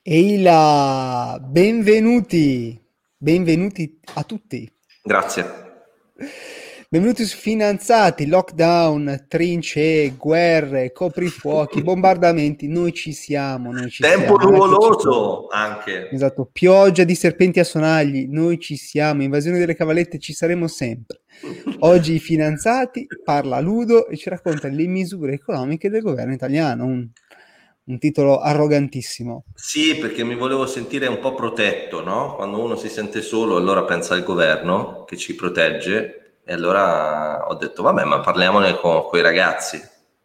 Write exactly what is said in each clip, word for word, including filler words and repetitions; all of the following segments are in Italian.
Eila, benvenuti, benvenuti a tutti. Grazie. Benvenuti su Finanziati, lockdown, trincee, guerre, coprifuochi, bombardamenti, noi ci siamo, noi ci Tempo siamo. nuvoloso anche. Esatto, pioggia di serpenti a sonagli, noi ci siamo, invasione delle cavallette, ci saremo sempre. Oggi i Finanziati parla Ludo e ci racconta le misure economiche del governo italiano, un, un titolo arrogantissimo. Sì, perché mi volevo sentire un po' protetto, no? Quando uno si sente solo, allora pensa al governo che ci protegge, e allora ho detto, vabbè, ma parliamone con quei ragazzi.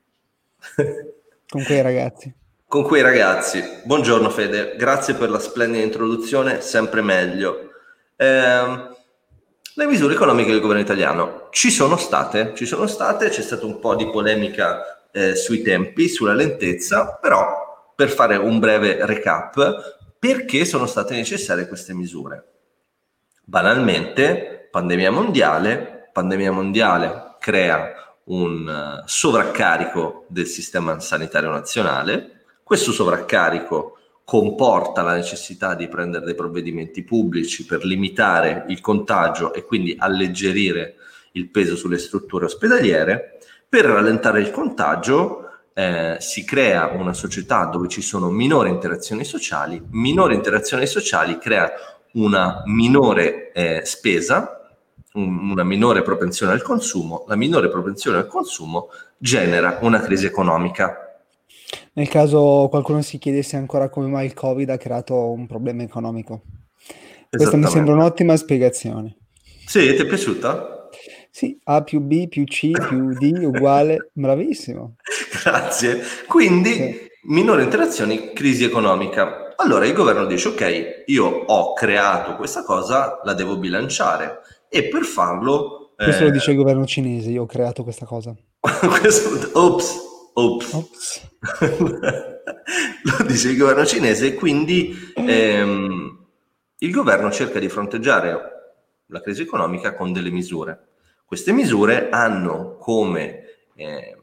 Con quei ragazzi. Con quei ragazzi. Buongiorno Fede, grazie per la splendida introduzione, sempre meglio. Eh, le misure economiche del governo italiano ci sono state, ci sono state, c'è stata un po' di polemica eh, sui tempi, sulla lentezza, però per fare un breve recap, perché sono state necessarie queste misure? Banalmente, pandemia mondiale, pandemia mondiale crea un uh, sovraccarico del sistema sanitario nazionale, questo sovraccarico comporta la necessità di prendere dei provvedimenti pubblici per limitare il contagio e quindi alleggerire il peso sulle strutture ospedaliere. Per rallentare il contagio eh, si crea una società dove ci sono minori interazioni sociali, minori interazioni sociali crea una minore eh, spesa, un, una minore propensione al consumo, la minore propensione al consumo genera una crisi economica. Nel caso qualcuno si chiedesse ancora come mai il Covid ha creato un problema economico. Questa mi sembra un'ottima spiegazione. Sì, ti è piaciuta? Sì, A più B più C più D uguale, bravissimo. Grazie. Quindi, sì. minore interazioni, crisi economica. Allora il governo dice, ok, io ho creato questa cosa, la devo bilanciare. E per farlo... Questo eh... lo dice il governo cinese, io ho creato questa cosa. Questo, ops, ops. Ops. Lo dice il governo cinese, quindi ehm, il governo cerca di fronteggiare la crisi economica con delle misure. Queste misure hanno come eh,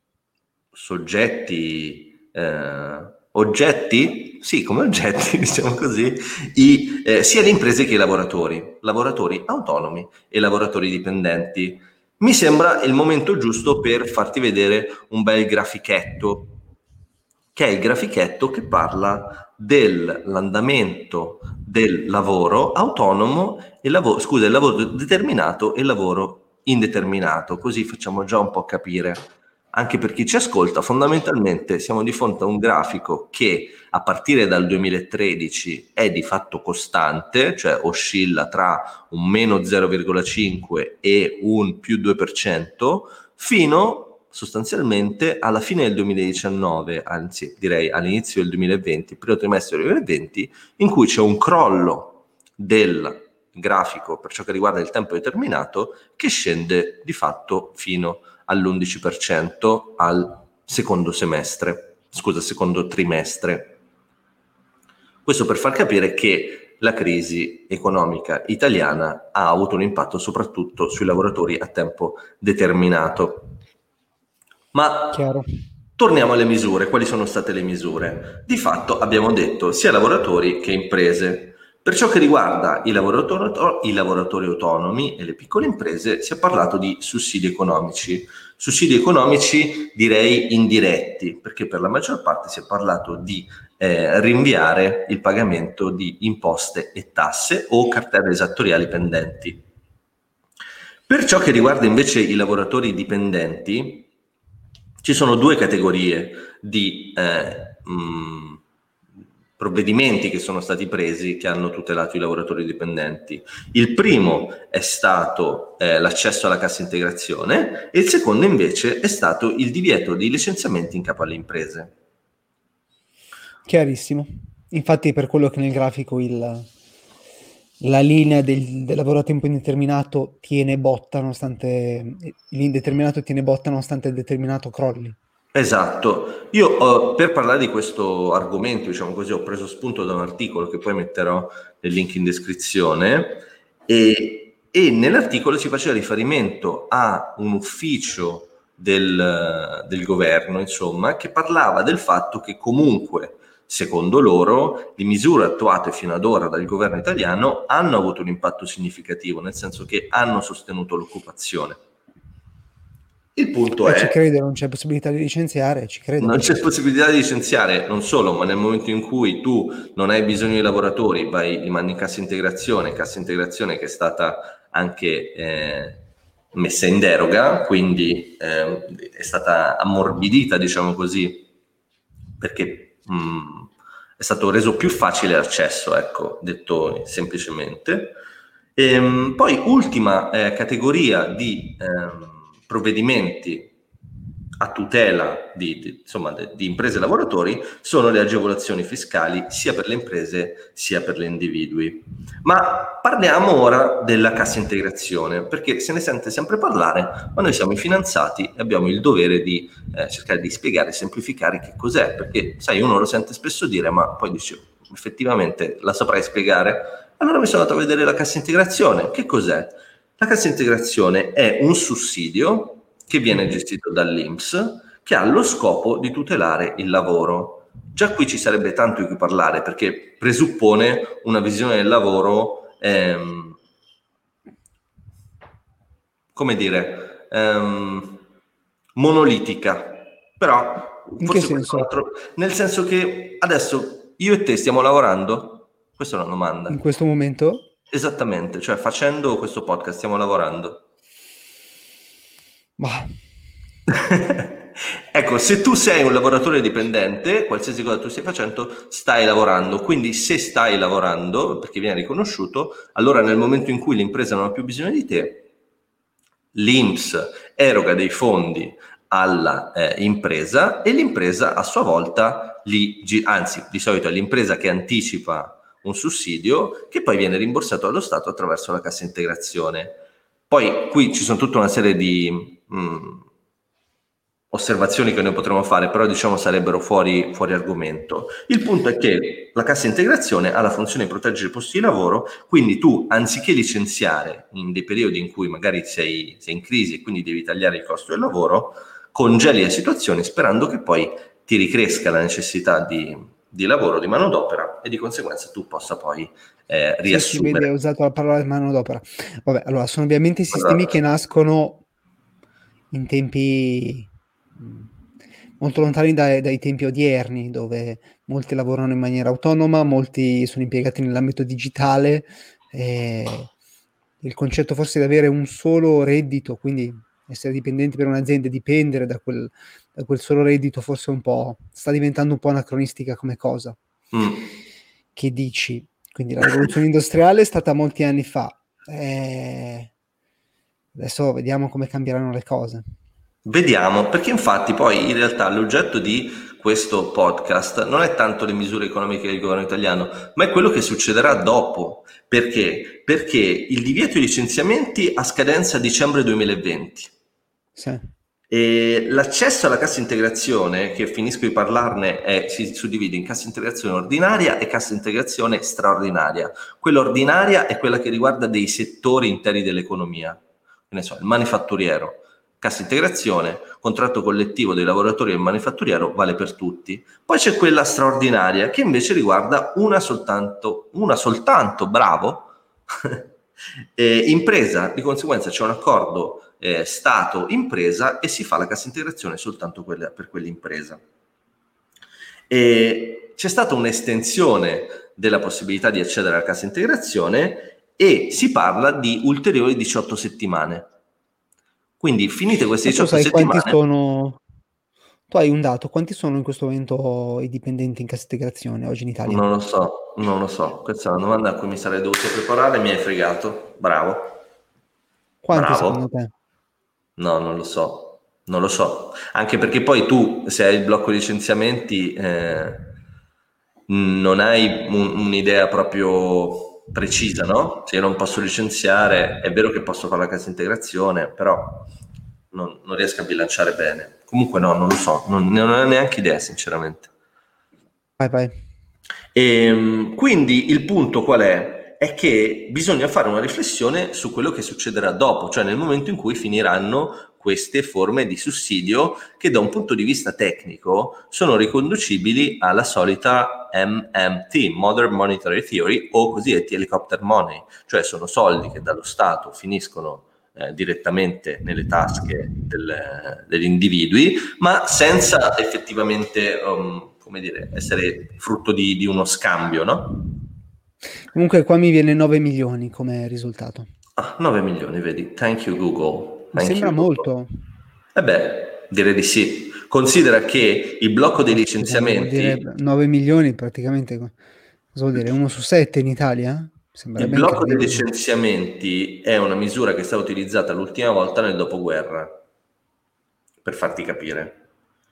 soggetti, eh, oggetti, sì, come oggetti, diciamo così, i, eh, sia le imprese che i lavoratori, lavoratori autonomi e lavoratori dipendenti. Mi sembra il momento giusto per farti vedere un bel grafichetto, che è il grafichetto che parla dell'andamento del lavoro autonomo e lavoro, scusa, il lavoro determinato e il lavoro indeterminato, così facciamo già un po' capire. Anche per chi ci ascolta, fondamentalmente siamo di fronte a un grafico che a partire dal duemilatredici è di fatto costante, cioè oscilla tra un meno zero virgola cinque e un più due per cento, fino sostanzialmente alla fine del duemiladiciannove, anzi direi all'inizio del duemilaventi, primo trimestre del duemilaventi, in cui c'è un crollo del grafico per ciò che riguarda il tempo determinato che scende di fatto fino all'undici per cento al secondo semestre, scusa, secondo trimestre. Questo per far capire che la crisi economica italiana ha avuto un impatto soprattutto sui lavoratori a tempo determinato. Ma Chiaro. Torniamo alle misure. Quali sono state le misure? Di fatto abbiamo detto sia lavoratori che imprese. Per ciò che riguarda i lavoratori, i lavoratori autonomi e le piccole imprese si è parlato di sussidi economici. Sussidi economici direi indiretti, perché per la maggior parte si è parlato di eh, rinviare il pagamento di imposte e tasse o cartelle esattoriali pendenti. Per ciò che riguarda invece i lavoratori dipendenti, ci sono due categorie di eh, mh, provvedimenti che sono stati presi che hanno tutelato i lavoratori dipendenti. Il primo è stato eh, l'accesso alla cassa integrazione e il secondo invece è stato il divieto di licenziamenti in capo alle imprese. Chiarissimo. Infatti per quello che nel grafico il, la linea del, del lavoro a tempo indeterminato tiene botta nonostante l'indeterminato tiene botta nonostante il determinato crolli. Esatto. Io eh, per parlare di questo argomento, diciamo così, ho preso spunto da un articolo che poi metterò nel link in descrizione e, e nell'articolo si faceva riferimento a un ufficio del, del governo, insomma, che parlava del fatto che comunque, secondo loro, le misure attuate fino ad ora dal governo italiano hanno avuto un impatto significativo, nel senso che hanno sostenuto l'occupazione. Il punto eh, è... Ci credo, non c'è possibilità di licenziare, ci credo. Non c'è possibilità di licenziare, non solo, ma nel momento in cui tu non hai bisogno di lavoratori, vai, li mandi in cassa integrazione, cassa integrazione che è stata anche eh, messa in deroga, quindi eh, è stata ammorbidita, diciamo così, perché mh, è stato reso più facile l'accesso, ecco, detto semplicemente. E, poi ultima eh, categoria di eh, provvedimenti a tutela di, di, insomma, di, di imprese e lavoratori sono le agevolazioni fiscali sia per le imprese sia per gli individui. Ma parliamo ora della cassa integrazione, perché se ne sente sempre parlare, ma noi siamo i finanziati e abbiamo il dovere di eh, cercare di spiegare e semplificare che cos'è, perché sai, uno lo sente spesso dire, ma poi dice effettivamente la saprai spiegare? Allora mi sono andato a vedere la cassa integrazione. Che cos'è? La cassa integrazione è un sussidio che viene gestito dall'I N P S, che ha lo scopo di tutelare il lavoro. Già qui ci sarebbe tanto di cui parlare, perché presuppone una visione del lavoro, ehm, come dire, ehm, monolitica. Però, in che senso? Altro, nel senso che adesso io e te stiamo lavorando? Questa è una domanda. In questo momento? Esattamente, cioè facendo questo podcast stiamo lavorando. Ma... Ecco, se tu sei un lavoratore dipendente, qualsiasi cosa tu stai facendo, stai lavorando. Quindi se stai lavorando, perché viene riconosciuto, allora nel momento in cui l'impresa non ha più bisogno di te, l'I N P S eroga dei fondi alla eh, impresa e l'impresa a sua volta, li, anzi di solito è l'impresa che anticipa un sussidio che poi viene rimborsato allo Stato attraverso la cassa integrazione. Poi qui ci sono tutta una serie di mh, osservazioni che noi potremmo fare, però diciamo sarebbero fuori, fuori argomento. Il punto è che la cassa integrazione ha la funzione di proteggere i posti di lavoro, quindi tu anziché licenziare in dei periodi in cui magari sei, sei in crisi e quindi devi tagliare il costo del lavoro, congeli la situazione sperando che poi ti ricresca la necessità di, di lavoro, di manodopera e di conseguenza tu possa poi eh, riassumere. Sì, si vede, ho usato la parola manodopera. Vabbè, allora sono ovviamente sistemi esatto. che nascono in tempi molto lontani dai, dai tempi odierni, dove molti lavorano in maniera autonoma, molti sono impiegati nell'ambito digitale, e il concetto forse di avere un solo reddito, quindi essere dipendenti per un'azienda e dipendere da quel, da quel solo reddito, forse un po' sta diventando un po' anacronistica come cosa. Mm. Che dici? Quindi la rivoluzione industriale è stata molti anni fa, e adesso vediamo come cambieranno le cose. Vediamo, perché infatti poi in realtà l'oggetto di questo podcast non è tanto le misure economiche del governo italiano, ma è quello che succederà dopo. Perché? Perché il divieto di licenziamenti ha scadenza a dicembre duemilaventi. Sì. E l'accesso alla cassa integrazione, che finisco di parlarne, è, si suddivide in cassa integrazione ordinaria e cassa integrazione straordinaria. Quella ordinaria è quella che riguarda dei settori interi dell'economia, ne so, il manifatturiero. Cassa integrazione, contratto collettivo dei lavoratori del manifatturiero vale per tutti. Poi c'è quella straordinaria che invece riguarda una soltanto, una soltanto, bravo, eh, impresa. Di conseguenza c'è un accordo eh, Stato-impresa e si fa la cassa integrazione soltanto quella, per quell'impresa. E c'è stata un'estensione della possibilità di accedere alla cassa integrazione e si parla di ulteriori diciotto settimane. Quindi finite queste diciotto sai settimane... Quanti sono... Tu hai un dato, quanti sono in questo momento i dipendenti in cassa integrazione oggi in Italia? Non lo so, non lo so. Questa è una domanda a cui mi sarei dovuto preparare, mi hai fregato. Bravo. Quanti Bravo. secondo te? No, non lo so. Non lo so. Anche perché poi tu, se hai il blocco licenziamenti, eh, non hai un, un'idea proprio precisa, no? Se io non posso licenziare, è vero che posso fare la cassa integrazione, però non, non riesco a bilanciare bene. Comunque no, non lo so, non, non ho neanche idea sinceramente. Vai, vai. E, quindi il punto qual è? è che bisogna fare una riflessione su quello che succederà dopo, cioè nel momento in cui finiranno queste forme di sussidio che da un punto di vista tecnico sono riconducibili alla solita M M T, Modern Monetary Theory, o cosiddetti helicopter money, cioè sono soldi che dallo Stato finiscono eh, direttamente nelle tasche del, degli individui, ma senza effettivamente um, come dire, essere frutto di, di uno scambio, no? Comunque qua mi viene nove milioni come risultato. Ah, nove milioni, vedi. Thank you Google. Mi Thank sembra you, Google. molto. Eh beh, direi di sì. Considera che il blocco dei licenziamenti... Vuol dire nove milioni praticamente, cosa vuol dire? Uno su sette in Italia? Il blocco dei licenziamenti è una misura che è stata utilizzata l'ultima volta nel dopoguerra, per farti capire.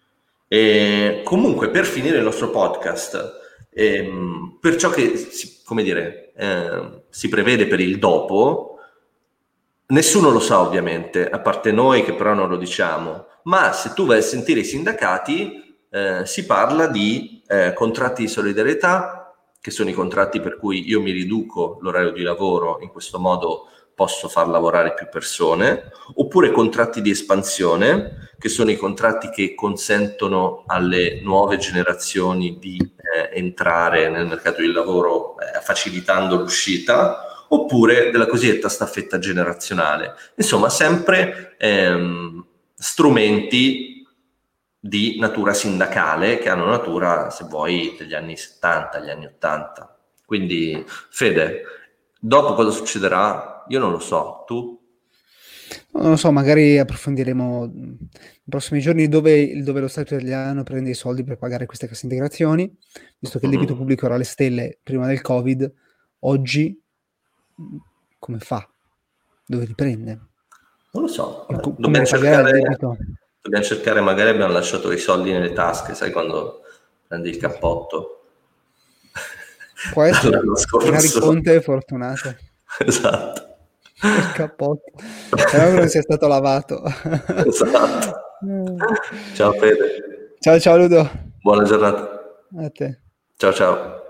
E comunque, per finire il nostro podcast, ehm, per ciò che, si, come dire, eh, si prevede per il dopo, nessuno lo sa ovviamente, a parte noi che però non lo diciamo, ma se tu vai a sentire i sindacati, eh, si parla di eh, contratti di solidarietà, che sono i contratti per cui io mi riduco l'orario di lavoro, in questo modo posso far lavorare più persone, oppure contratti di espansione, che sono i contratti che consentono alle nuove generazioni di eh, entrare nel mercato del lavoro eh, facilitando l'uscita, oppure della cosiddetta staffetta generazionale. Insomma, sempre ehm, strumenti di natura sindacale che hanno natura, se vuoi, degli anni settanta, gli anni ottanta. Quindi, Fede, dopo cosa succederà? Io non lo so, tu? Non lo so, magari approfondiremo nei prossimi giorni dove, dove lo Stato italiano prende i soldi per pagare queste casse integrazioni, visto che il debito pubblico era alle stelle prima del Covid, oggi come fa? Dove li prende? Non lo so. Co- come Dobbiamo pagherà il cercare, debito? dobbiamo cercare, magari abbiamo lasciato i soldi nelle tasche, sai quando prendi il cappotto? Può essere, L'anno scorso. magari Conte è fortunato. Esatto. Il cappotto, però non sia stato lavato. Esatto. Ciao Fede. Ciao ciao Ludo. Buona giornata. A te. Ciao ciao.